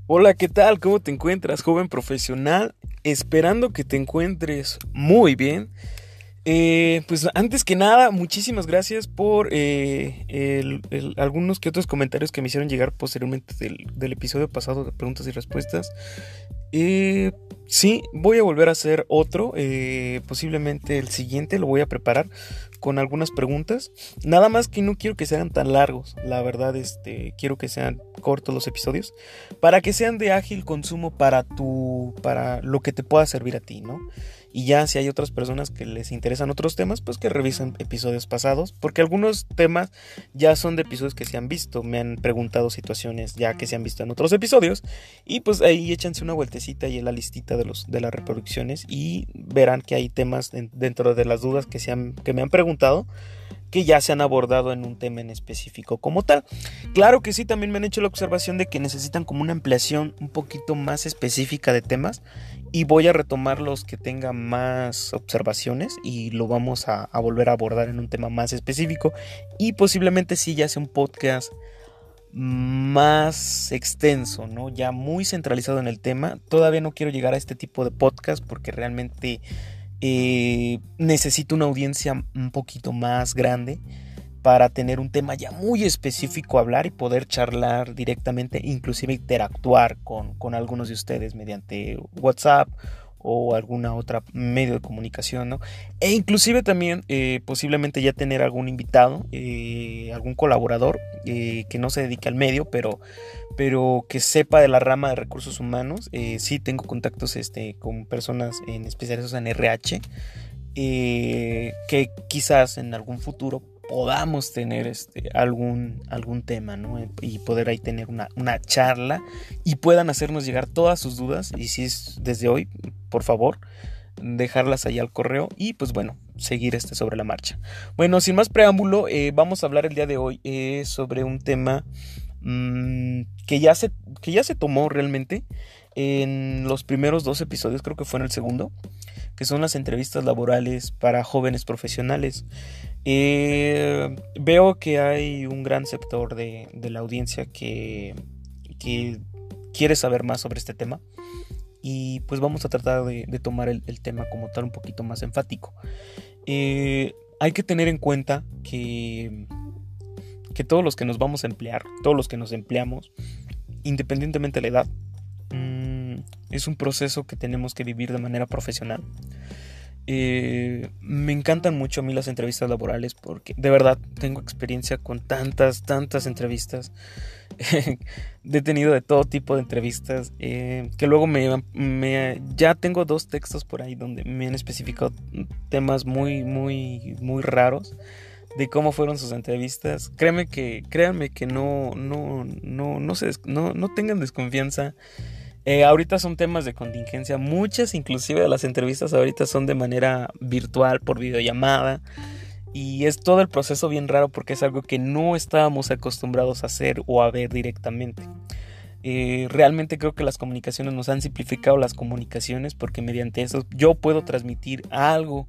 Hola, ¿qué tal? ¿Cómo te encuentras, joven profesional? Esperando que te encuentres muy bien. Pues antes que nada, muchísimas gracias por algunos que otros comentarios que me hicieron llegar posteriormente del episodio pasado de preguntas y respuestas. Eh, sí, voy a volver a hacer otro. Posiblemente el siguiente lo voy a preparar con algunas preguntas. Nada más que no quiero que sean tan largos. La verdad, quiero que sean cortos los episodios para que sean de ágil consumo para lo que te pueda servir a ti, ¿no? Y ya si hay otras personas que les interesan otros temas, pues que revisen episodios pasados, porque algunos temas ya son de episodios que se han visto. Me han preguntado situaciones ya que se han visto en otros episodios y pues ahí échanse una vueltecita y en la listita de las reproducciones y verán que hay temas dentro de las dudas que me han preguntado que ya se han abordado en un tema en específico como tal. Claro que sí, también me han hecho la observación de que necesitan como una ampliación un poquito más específica de temas y voy a retomar los que tengan más observaciones y lo vamos a volver a abordar en un tema más específico y posiblemente sí ya sea un podcast más extenso, ¿no? Ya muy centralizado en el tema. Todavía no quiero llegar a este tipo de podcast porque realmente necesito una audiencia un poquito más grande para tener un tema ya muy específico a hablar y poder charlar directamente, inclusive interactuar con algunos de ustedes mediante WhatsApp o alguna otra medio de comunicación, ¿no? E inclusive también posiblemente ya tener algún invitado, algún colaborador que no se dedique al medio, pero que sepa de la rama de recursos humanos. Sí tengo contactos con personas especializadas en RH, que quizás en algún futuro podamos tener algún tema, ¿no? Y poder ahí tener una charla y puedan hacernos llegar todas sus dudas. Y si es desde hoy, por favor, dejarlas ahí al correo y pues bueno, seguir sobre la marcha. Bueno, sin más preámbulo, vamos a hablar el día de hoy sobre un tema que ya se tomó realmente en los primeros 2 episodios, creo que fue en el segundo, que son las entrevistas laborales para jóvenes profesionales. Veo que hay un gran sector de la audiencia que quiere saber más sobre este tema y pues vamos a tratar de tomar el tema como tal un poquito más enfático. Hay que tener en cuenta que todos los que nos vamos a emplear, todos los que nos empleamos, independientemente de la edad, es un proceso que tenemos que vivir de manera profesional. Me encantan mucho a mí las entrevistas laborales porque de verdad tengo experiencia con tantas entrevistas. He tenido de todo tipo de entrevistas, que luego ya tengo 2 textos por ahí donde me han especificado temas muy raros de cómo fueron sus entrevistas. Créanme que no tengan desconfianza. Ahorita son temas de contingencia. Muchas inclusive de las entrevistas ahorita son de manera virtual, por videollamada. Y es todo el proceso bien raro porque es algo que no estábamos acostumbrados a hacer o a ver directamente. Realmente creo que las comunicaciones nos han simplificado las comunicaciones porque mediante eso yo puedo transmitir algo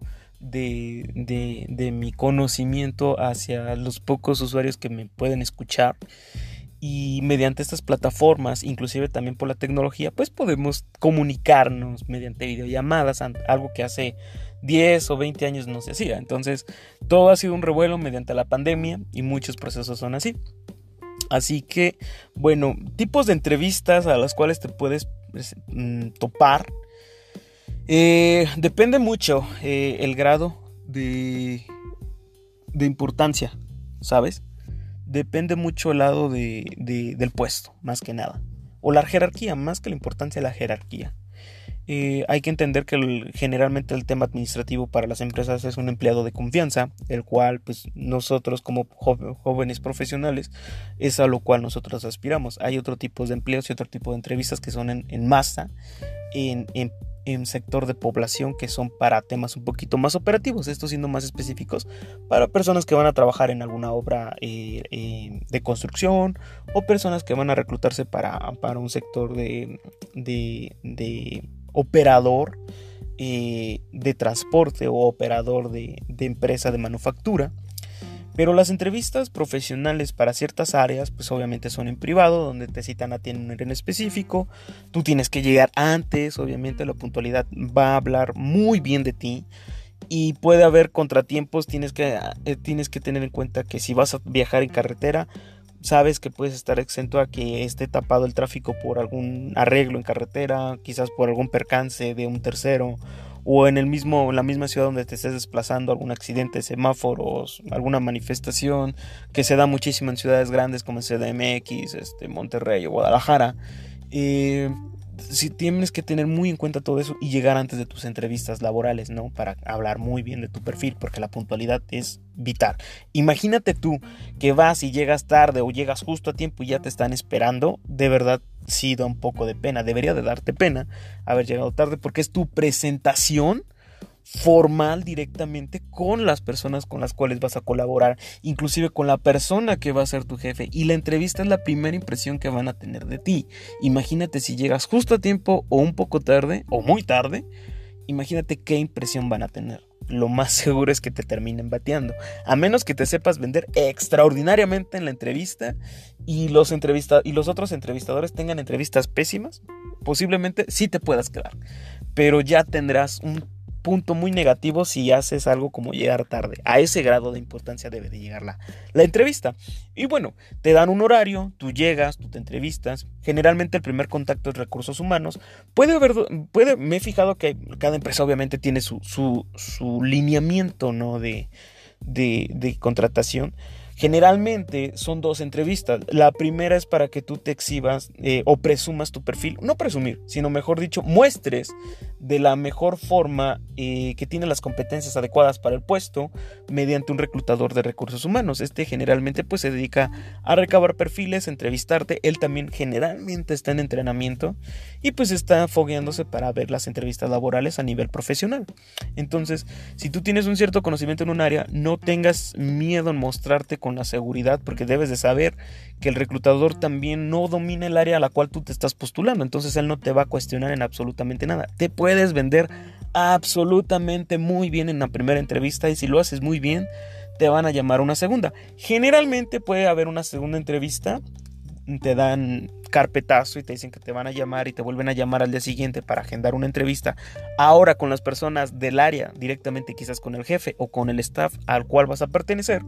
de mi conocimiento hacia los pocos usuarios que me pueden escuchar. Y mediante estas plataformas, inclusive también por la tecnología, pues podemos comunicarnos mediante videollamadas, algo que hace 10 o 20 años no se hacía. Entonces todo ha sido un revuelo mediante la pandemia y muchos procesos son así. Así que, bueno, tipos de entrevistas a las cuales te puedes topar. Depende mucho el grado de importancia, ¿sabes? Depende mucho el lado del puesto, más que nada. O la jerarquía, más que la importancia de la jerarquía. Hay que entender que generalmente el tema administrativo para las empresas es un empleado de confianza, el cual pues nosotros como jóvenes profesionales es a lo cual nosotros aspiramos. Hay otro tipo de empleos y otro tipo de entrevistas que son en masa, en sector de población, que son para temas un poquito más operativos, estos siendo más específicos para personas que van a trabajar en alguna obra de construcción o personas que van a reclutarse para un sector de operador de transporte o operador de empresa de manufactura. Pero las entrevistas profesionales para ciertas áreas, pues obviamente son en privado, donde te citan a ti en un área en específico. Tú tienes que llegar antes, obviamente la puntualidad va a hablar muy bien de ti. Y puede haber contratiempos, tienes que tener en cuenta que si vas a viajar en carretera, sabes que puedes estar exento a que esté tapado el tráfico por algún arreglo en carretera, quizás por algún percance de un tercero, o en la misma ciudad donde te estés desplazando, algún accidente de semáforos, alguna manifestación que se da muchísimo en ciudades grandes como en CDMX, Monterrey o Guadalajara. Si tienes que tener muy en cuenta todo eso y llegar antes de tus entrevistas laborales, ¿no? Para hablar muy bien de tu perfil, porque la puntualidad es vital. Imagínate tú que vas y llegas tarde o llegas justo a tiempo y ya te están esperando. De verdad, sí da un poco de pena. Debería de darte pena haber llegado tarde porque es tu presentación formal directamente con las personas con las cuales vas a colaborar, inclusive con la persona que va a ser tu jefe, y la entrevista es la primera impresión que van a tener de ti. Imagínate si llegas justo a tiempo o un poco tarde o muy tarde, imagínate qué impresión van a tener. Lo más seguro es que te terminen bateando, a menos que te sepas vender extraordinariamente en la entrevista y los otros entrevistadores tengan entrevistas pésimas. Posiblemente sí te puedas quedar, pero ya tendrás un punto muy negativo si haces algo como llegar tarde. A ese grado de importancia debe de llegar la entrevista. Y bueno, te dan un horario, tú llegas, tú te entrevistas. Generalmente el primer contacto es recursos humanos. Me he fijado que cada empresa obviamente tiene su lineamiento, ¿no? de contratación. Generalmente son 2 entrevistas. La primera es para que tú te exhibas o presumas tu perfil. No presumir, sino mejor dicho, muestres de la mejor forma que tiene las competencias adecuadas para el puesto mediante un reclutador de recursos humanos. Generalmente pues se dedica a recabar perfiles, entrevistarte. Él también generalmente está en entrenamiento y pues está fogueándose para ver las entrevistas laborales a nivel profesional. Entonces, si tú tienes un cierto conocimiento en un área, no tengas miedo en mostrarte con la seguridad, porque debes de saber que el reclutador también no domina el área a la cual tú te estás postulando. Entonces él no te va a cuestionar en absolutamente nada. Te puedes vender absolutamente muy bien en la primera entrevista, y si lo haces muy bien te van a llamar a una segunda. Generalmente puede haber una segunda entrevista, te dan carpetazo y te dicen que te van a llamar y te vuelven a llamar al día siguiente para agendar una entrevista, ahora con las personas del área directamente, quizás con el jefe o con el staff al cual vas a pertenecer.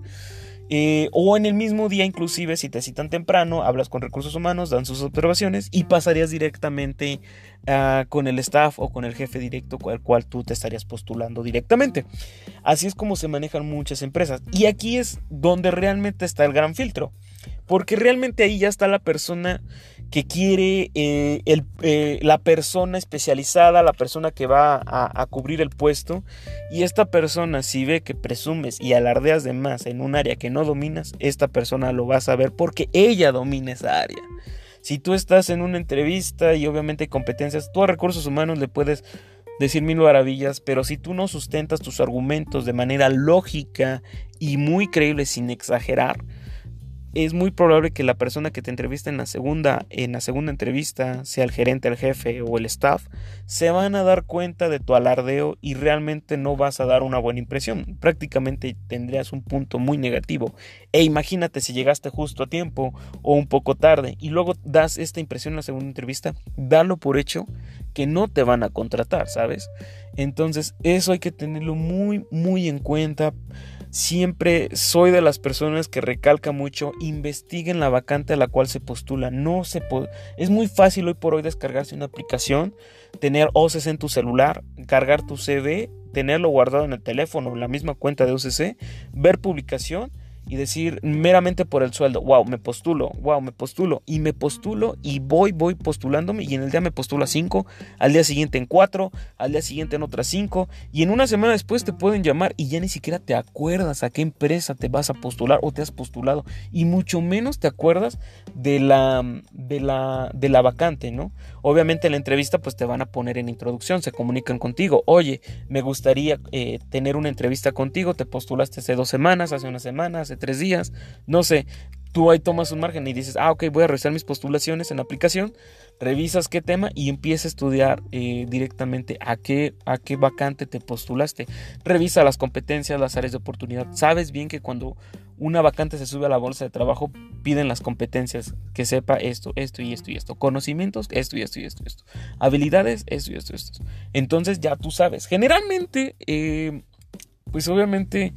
O en el mismo día, inclusive si te citan temprano, hablas con recursos humanos, dan sus observaciones y pasarías directamente con el staff o con el jefe directo al cual tú te estarías postulando directamente. Así es como se manejan muchas empresas, y aquí es donde realmente está el gran filtro, porque realmente ahí ya está la persona que quiere, la persona especializada, la persona que va a cubrir el puesto. Y esta persona, si ve que presumes y alardeas de más en un área que no dominas, esta persona lo va a saber porque ella domina esa área. Si tú estás en una entrevista y obviamente hay competencias, tú a recursos humanos le puedes decir 1000 maravillas, pero si tú no sustentas tus argumentos de manera lógica y muy creíble sin exagerar, es muy probable que la persona que te entrevista en la segunda entrevista, sea el gerente, el jefe o el staff, se van a dar cuenta de tu alardeo y realmente no vas a dar una buena impresión. Prácticamente tendrías un punto muy negativo. E imagínate si llegaste justo a tiempo o un poco tarde y luego das esta impresión en la segunda entrevista, dalo por hecho que no te van a contratar, ¿sabes? Entonces eso hay que tenerlo muy, muy en cuenta. Siempre soy de las personas que recalca mucho: investiguen la vacante a la cual se postula. Es muy fácil hoy por hoy descargarse una aplicación, tener OCC en tu celular, cargar tu CV, tenerlo guardado en el teléfono, en la misma cuenta de OCC, ver publicación y decir meramente por el sueldo: wow, me postulo, y voy postulándome, y en el día me postulo a 5, al día siguiente en 4, al día siguiente en otras 5, y en una semana después te pueden llamar y ya ni siquiera te acuerdas a qué empresa te vas a postular o te has postulado, y mucho menos te acuerdas de la vacante, ¿no? Obviamente en la entrevista pues te van a poner en introducción, se comunican contigo: oye, me gustaría tener una entrevista contigo, te postulaste hace 2 semanas, hace una semana, hace 3 días, no sé, tú ahí tomas un margen y dices, ok, voy a revisar mis postulaciones en la aplicación, revisas qué tema y empieza a estudiar directamente a qué vacante te postulaste. Revisa las competencias, las áreas de oportunidad. Sabes bien que cuando una vacante se sube a la bolsa de trabajo, piden las competencias, que sepa esto y esto y esto. Conocimientos, esto y esto y esto. Habilidades, esto y esto y esto. Entonces ya tú sabes. Generalmente, pues obviamente,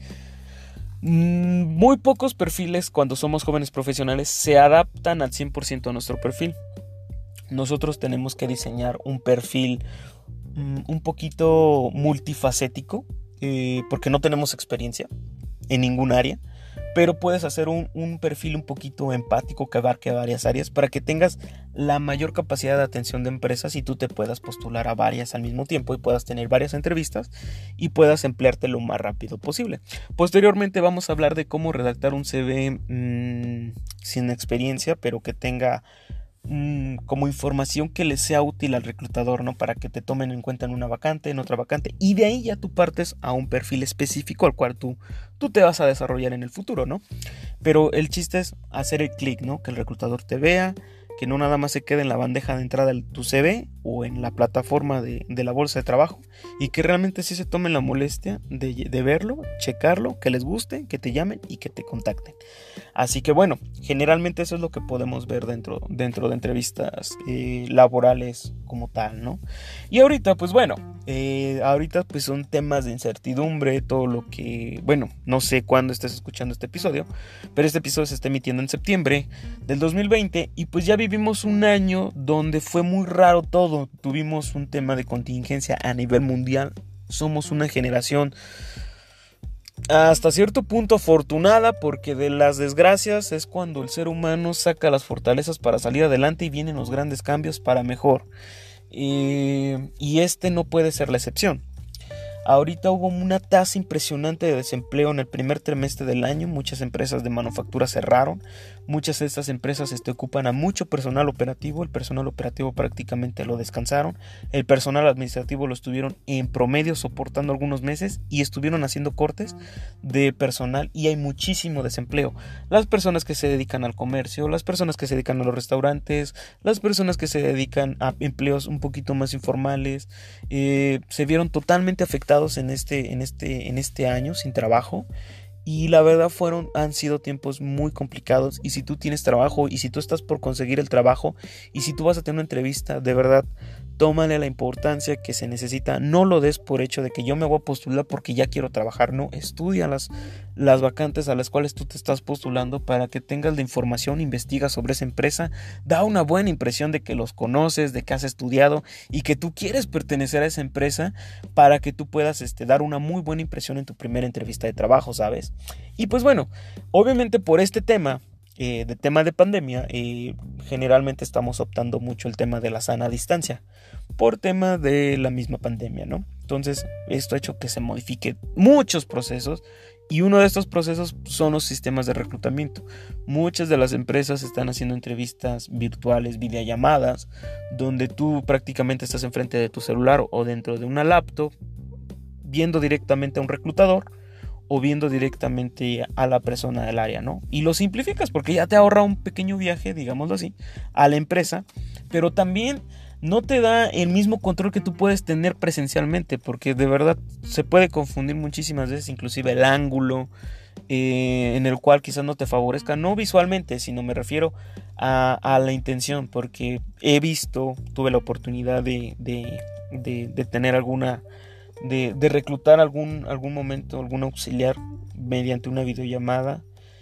muy pocos perfiles cuando somos jóvenes profesionales se adaptan al 100% a nuestro perfil. Nosotros tenemos que diseñar un perfil un poquito multifacético, porque no tenemos experiencia en ningún área, pero puedes hacer un perfil un poquito empático que abarque varias áreas para que tengas la mayor capacidad de atención de empresas y tú te puedas postular a varias al mismo tiempo y puedas tener varias entrevistas y puedas emplearte lo más rápido posible. Posteriormente vamos a hablar de cómo redactar un CV sin experiencia, pero que tenga como información que le sea útil al reclutador, ¿no? Para que te tomen en cuenta en una vacante, en otra vacante, y de ahí ya tú partes a un perfil específico al cual tú te vas a desarrollar en el futuro, ¿no? Pero el chiste es hacer el clic, ¿no? Que el reclutador te vea, que no nada más se quede en la bandeja de entrada de tu CV o en la plataforma de la bolsa de trabajo, y que realmente sí se tomen la molestia de verlo, checarlo, que les guste, que te llamen y que te contacten. Así que bueno, generalmente eso es lo que podemos ver dentro de entrevistas laborales como tal, ¿no? Y ahorita, pues bueno, ahorita pues son temas de incertidumbre, todo lo que, bueno, no sé cuándo estés escuchando este episodio, pero este episodio se está emitiendo en septiembre del 2020 y pues ya vivimos un año donde fue muy raro todo. Tuvimos un tema de contingencia a nivel mundial. Somos una generación hasta cierto punto afortunada, porque de las desgracias es cuando el ser humano saca las fortalezas para salir adelante y vienen los grandes cambios para mejor. Y este no puede ser la excepción. Ahorita hubo una tasa impresionante de desempleo en el primer trimestre del año. Muchas empresas de manufactura cerraron. Muchas de estas empresas ocupan a mucho personal operativo. El personal operativo prácticamente lo descansaron. El personal administrativo lo estuvieron en promedio soportando algunos meses y estuvieron haciendo cortes de personal y hay muchísimo desempleo. Las personas que se dedican al comercio, las personas que se dedican a los restaurantes, las personas que se dedican a empleos un poquito más informales, se vieron totalmente afectados en este año sin trabajo. Y la verdad han sido tiempos muy complicados. Y si tú tienes trabajo y si tú estás por conseguir el trabajo y si tú vas a tener una entrevista, de verdad, tómale la importancia que se necesita. No lo des por hecho de que yo me voy a postular porque ya quiero trabajar. No, estudia las vacantes a las cuales tú te estás postulando para que tengas la información, investiga sobre esa empresa, da una buena impresión de que los conoces, de que has estudiado y que tú quieres pertenecer a esa empresa para que tú puedas dar una muy buena impresión en tu primera entrevista de trabajo, ¿sabes? Y pues bueno, obviamente por este tema de pandemia, generalmente estamos optando mucho el tema de la sana distancia por tema de la misma pandemia, ¿no? Entonces esto ha hecho que se modifiquen muchos procesos y uno de estos procesos son los sistemas de reclutamiento. Muchas de las empresas están haciendo entrevistas virtuales, videollamadas, donde tú prácticamente estás enfrente de tu celular o dentro de una laptop viendo directamente a un reclutador o viendo directamente a la persona del área, ¿no? Y lo simplificas porque ya te ahorra un pequeño viaje, digámoslo así, a la empresa, pero también no te da el mismo control que tú puedes tener presencialmente, porque de verdad se puede confundir muchísimas veces, inclusive el ángulo en el cual quizás no te favorezca, no visualmente, sino me refiero a la intención, porque tuve la oportunidad de tener de reclutar algún momento algún auxiliar mediante una videollamada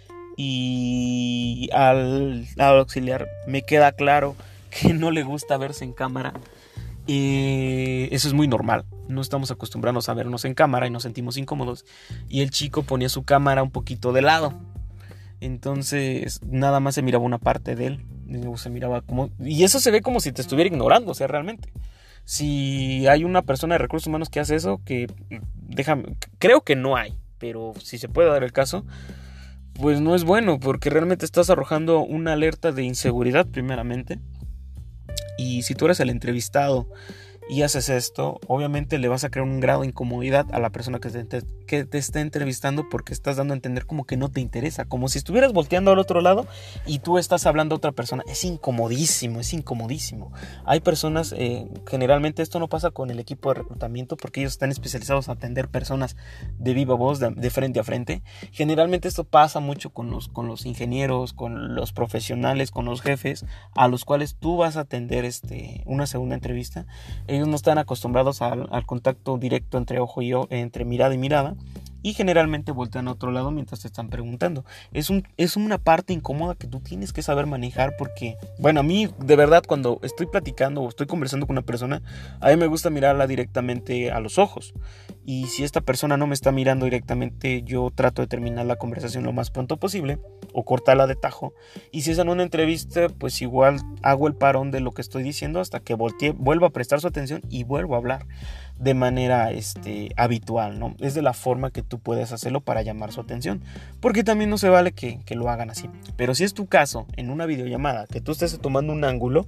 y al auxiliar me queda claro que no le gusta verse en cámara. Eso es muy normal, no estamos acostumbrados a vernos en cámara y nos sentimos incómodos, y el chico ponía su cámara un poquito de lado, entonces nada más se miraba una parte de él, se miraba como, y eso se ve como si te estuviera ignorando, o sea, realmente. Si hay una persona de recursos humanos que hace eso, creo que no hay, pero si se puede dar el caso, pues no es bueno, porque realmente estás arrojando una alerta de inseguridad primeramente. Y si tú eres el entrevistado y haces esto, obviamente le vas a crear un grado de incomodidad a la persona que que te está entrevistando porque estás dando a entender como que no te interesa, como si estuvieras volteando al otro lado y tú estás hablando a otra persona. Es incomodísimo, es incomodísimo. Hay personas, generalmente esto no pasa con el equipo de reclutamiento porque ellos están especializados a atender personas de viva voz, de frente a frente. Generalmente esto pasa mucho con los ingenieros, con los profesionales, con los jefes, a los cuales tú vas a atender una segunda entrevista. Ellos no están acostumbrados al contacto directo entre ojo y ojo, entre mirada y mirada, y generalmente voltean a otro lado mientras te están preguntando. Es una parte incómoda que tú tienes que saber manejar porque, bueno, a mí de verdad cuando estoy platicando o estoy conversando con una persona, a mí me gusta mirarla directamente a los ojos. Y si esta persona no me está mirando directamente, yo trato de terminar la conversación lo más pronto posible o cortarla de tajo. Y si es en una entrevista, pues igual hago el parón de lo que estoy diciendo hasta que vuelva a prestar su atención y vuelvo a hablar de manera habitual, ¿no? Es de la forma que tú puedes hacerlo para llamar su atención, porque también no se vale que lo hagan así. Pero si es tu caso en una videollamada, que tú estés tomando un ángulo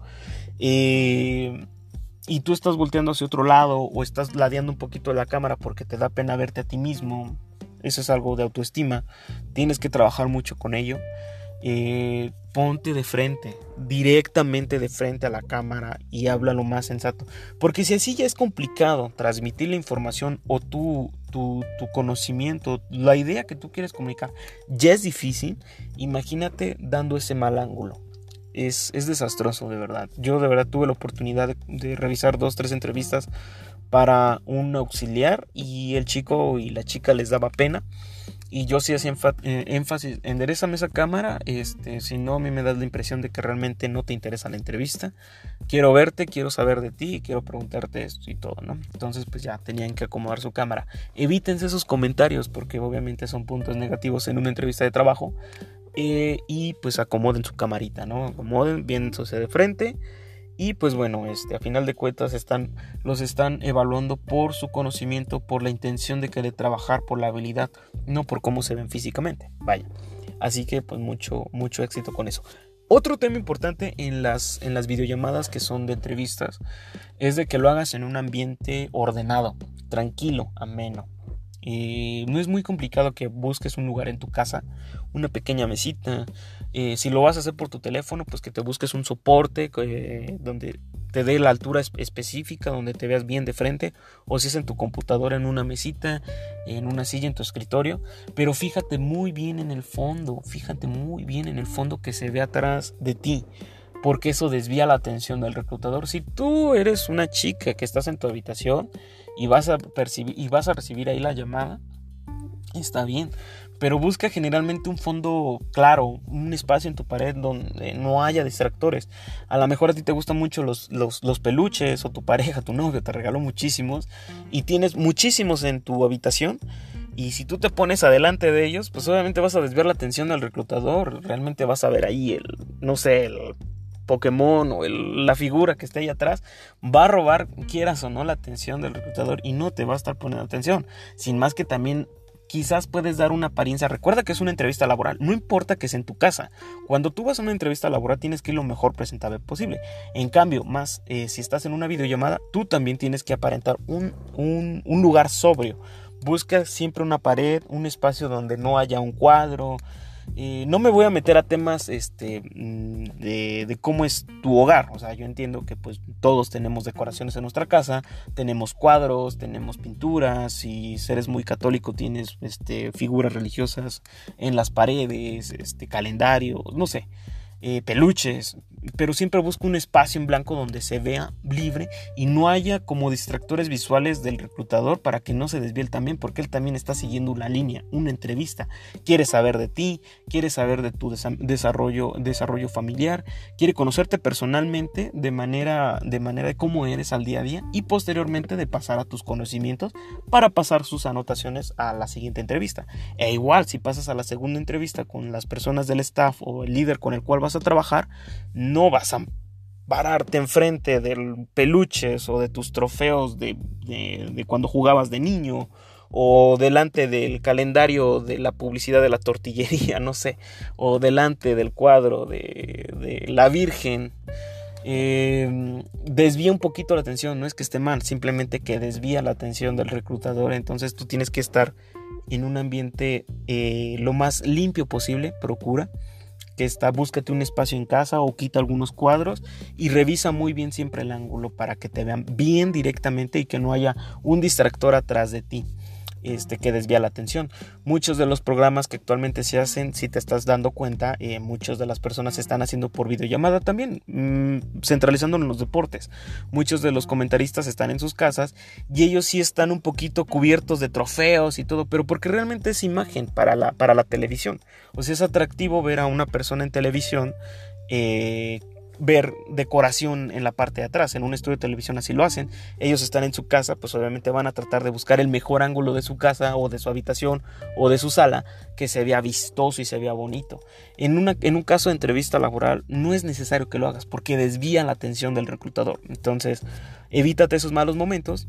y tú estás volteando hacia otro lado o estás ladeando un poquito de la cámara porque te da pena verte a ti mismo, eso es algo de autoestima, tienes que trabajar mucho con ello. Ponte de frente, directamente de frente a la cámara y habla lo más sensato, porque si así ya es complicado transmitir la información o tu conocimiento, la idea que tú quieres comunicar ya es difícil, imagínate dando ese mal ángulo. Es desastroso, de verdad. Yo de verdad tuve la oportunidad de revisar 2-3 entrevistas para un auxiliar y el chico y la chica les daba pena. Y yo sí hacía énfasis, enderezame esa cámara, si no a mí me das la impresión de que realmente no te interesa la entrevista. Quiero verte, quiero saber de ti, quiero preguntarte esto y todo, ¿no? Entonces pues ya tenían que acomodar su cámara. Evítense esos comentarios porque obviamente son puntos negativos en una entrevista de trabajo. Y pues acomoden su camarita, ¿no? Acomoden, viéndose de frente. Y pues bueno, a final de cuentas los están evaluando por su conocimiento, por la intención de querer trabajar, por la habilidad, no por cómo se ven físicamente. Vaya. Así que pues mucho éxito con eso. Otro tema importante en las videollamadas que son de entrevistas es de que lo hagas en un ambiente ordenado, tranquilo, ameno. No es muy complicado que busques un lugar en tu casa, una pequeña mesita. Si lo vas a hacer por tu teléfono, pues que te busques un soporte donde te dé la altura específica, donde te veas bien de frente, o si es en tu computadora, en una mesita, en una silla, en tu escritorio. Pero fíjate muy bien en el fondo, que se ve atrás de ti, porque eso desvía la atención del reclutador. Si tú eres una chica que estás en tu habitación y vas a recibir ahí la llamada, está bien, pero busca generalmente un fondo claro, un espacio en tu pared donde no haya distractores. A lo mejor a ti te gustan mucho los peluches, o tu pareja, tu novio te regaló muchísimos y tienes muchísimos en tu habitación. Y si tú te pones adelante de ellos, pues obviamente vas a desviar la atención del reclutador. Realmente vas a ver ahí el Pokémon o la figura que esté ahí atrás, va a robar, quieras o no, la atención del reclutador y no te va a estar poniendo atención. Sin más que también quizás puedes dar una apariencia. Recuerda que es una entrevista laboral, no importa que sea en tu casa. Cuando tú vas a una entrevista laboral tienes que ir lo mejor presentable posible. En cambio, si estás en una videollamada, tú también tienes que aparentar un lugar sobrio. Busca siempre una pared, un espacio donde no haya un cuadro. No me voy a meter a temas de cómo es tu hogar. O sea, yo entiendo que pues todos tenemos decoraciones en nuestra casa, tenemos cuadros, tenemos pinturas. Si eres muy católico tienes figuras religiosas en las paredes, calendarios, no sé, peluches. Pero siempre busco un espacio en blanco donde se vea libre y no haya como distractores visuales del reclutador para que no se desvíe él también, porque él también está siguiendo una línea, una entrevista. Quiere saber de ti, quiere saber de tu desarrollo familiar, quiere conocerte personalmente de manera de cómo eres al día a día y posteriormente de pasar a tus conocimientos para pasar sus anotaciones a la siguiente entrevista. E igual, si pasas a la segunda entrevista con las personas del staff o el líder con el cual vas a trabajar, no vas a pararte enfrente de peluches o de tus trofeos de cuando jugabas de niño, o delante del calendario de la publicidad de la tortillería, no sé, o delante del cuadro de la Virgen. desvía un poquito la atención. No es que esté mal, simplemente que desvía la atención del reclutador. Entonces tú tienes que estar en un ambiente lo más limpio posible. Procura búscate un espacio en casa o quita algunos cuadros y revisa muy bien siempre el ángulo para que te vean bien directamente y que no haya un distractor atrás de ti que desvía la atención. Muchos de los programas que actualmente se hacen, si te estás dando cuenta, muchas de las personas se están haciendo por videollamada también, centralizando en los deportes. Muchos de los comentaristas están en sus casas y ellos sí están un poquito cubiertos de trofeos y todo, pero porque realmente es imagen para la televisión. O sea, es atractivo ver a una persona en televisión, ver decoración en la parte de atrás. En un estudio de televisión así lo hacen. Ellos están en su casa, pues obviamente van a tratar de buscar el mejor ángulo de su casa o de su habitación o de su sala que se vea vistoso y se vea bonito. En un caso de entrevista laboral no es necesario que lo hagas porque desvía la atención del reclutador. Entonces evítate esos malos momentos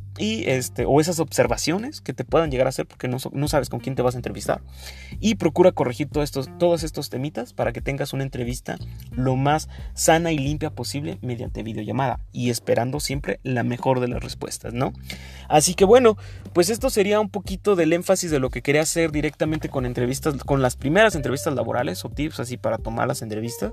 o esas observaciones que te puedan llegar a hacer porque no sabes con quién te vas a entrevistar, y procura corregir todos estos temitas para que tengas una entrevista lo más sana y limpia posible mediante videollamada y esperando siempre la mejor de las respuestas, ¿no? Así que bueno, pues esto sería un poquito del énfasis de lo que quería hacer directamente con las primeras entrevistas laborales o tips así para tomar las entrevistas.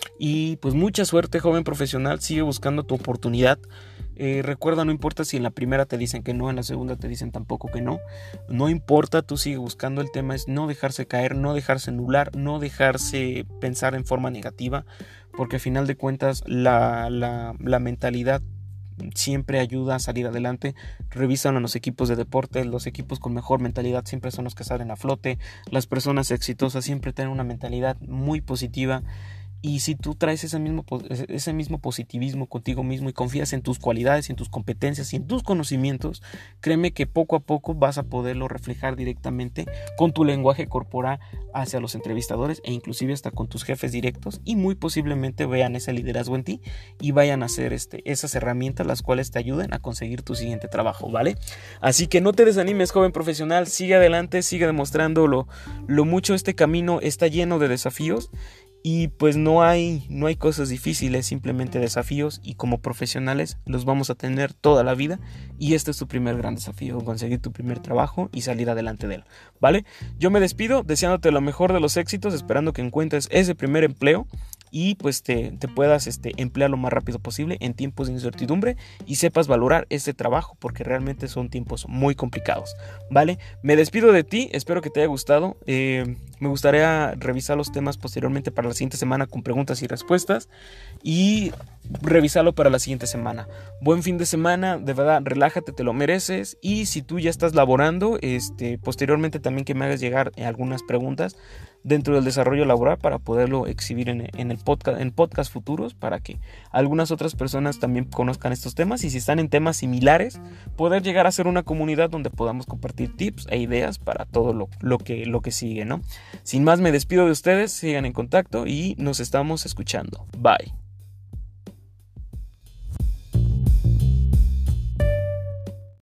Y pues mucha suerte, joven profesional, sigue buscando tu oportunidad. Recuerda, no importa si en la primera te dicen que no, en la segunda te dicen tampoco que no. No importa, tú sigue buscando. El tema es no dejarse caer, no dejarse nublar, no dejarse pensar en forma negativa, porque al final de cuentas la mentalidad siempre ayuda a salir adelante. Revisan a los equipos de deporte, los equipos con mejor mentalidad siempre son los que salen a flote. Las personas exitosas siempre tienen una mentalidad muy positiva. Y si tú traes ese mismo positivismo contigo mismo y confías en tus cualidades, en tus competencias y en tus conocimientos, créeme que poco a poco vas a poderlo reflejar directamente con tu lenguaje corporal hacia los entrevistadores e inclusive hasta con tus jefes directos, y muy posiblemente vean ese liderazgo en ti y vayan a hacer esas herramientas las cuales te ayuden a conseguir tu siguiente trabajo, ¿vale? Así que no te desanimes, joven profesional, sigue adelante, sigue demostrando lo mucho. Este camino está lleno de desafíos. Y pues no hay cosas difíciles, simplemente desafíos, y como profesionales los vamos a tener toda la vida, y este es tu primer gran desafío, conseguir tu primer trabajo y salir adelante de él, ¿vale? Yo me despido deseándote lo mejor de los éxitos, esperando que encuentres ese primer empleo y pues te puedas emplear lo más rápido posible en tiempos de incertidumbre y sepas valorar este trabajo porque realmente son tiempos muy complicados, ¿vale? Me despido de ti, espero que te haya gustado. Me gustaría revisar los temas posteriormente para la siguiente semana con preguntas y respuestas y revisarlo para la siguiente semana. Buen fin de semana, de verdad, relájate, te lo mereces. Y si tú ya estás laborando, posteriormente también que me hagas llegar algunas preguntas dentro del desarrollo laboral para poderlo exhibir en el podcast, en podcasts futuros, para que algunas otras personas también conozcan estos temas, y si están en temas similares, poder llegar a ser una comunidad donde podamos compartir tips e ideas para todo lo que sigue, ¿no? Sin más, me despido de ustedes, sigan en contacto y nos estamos escuchando. Bye.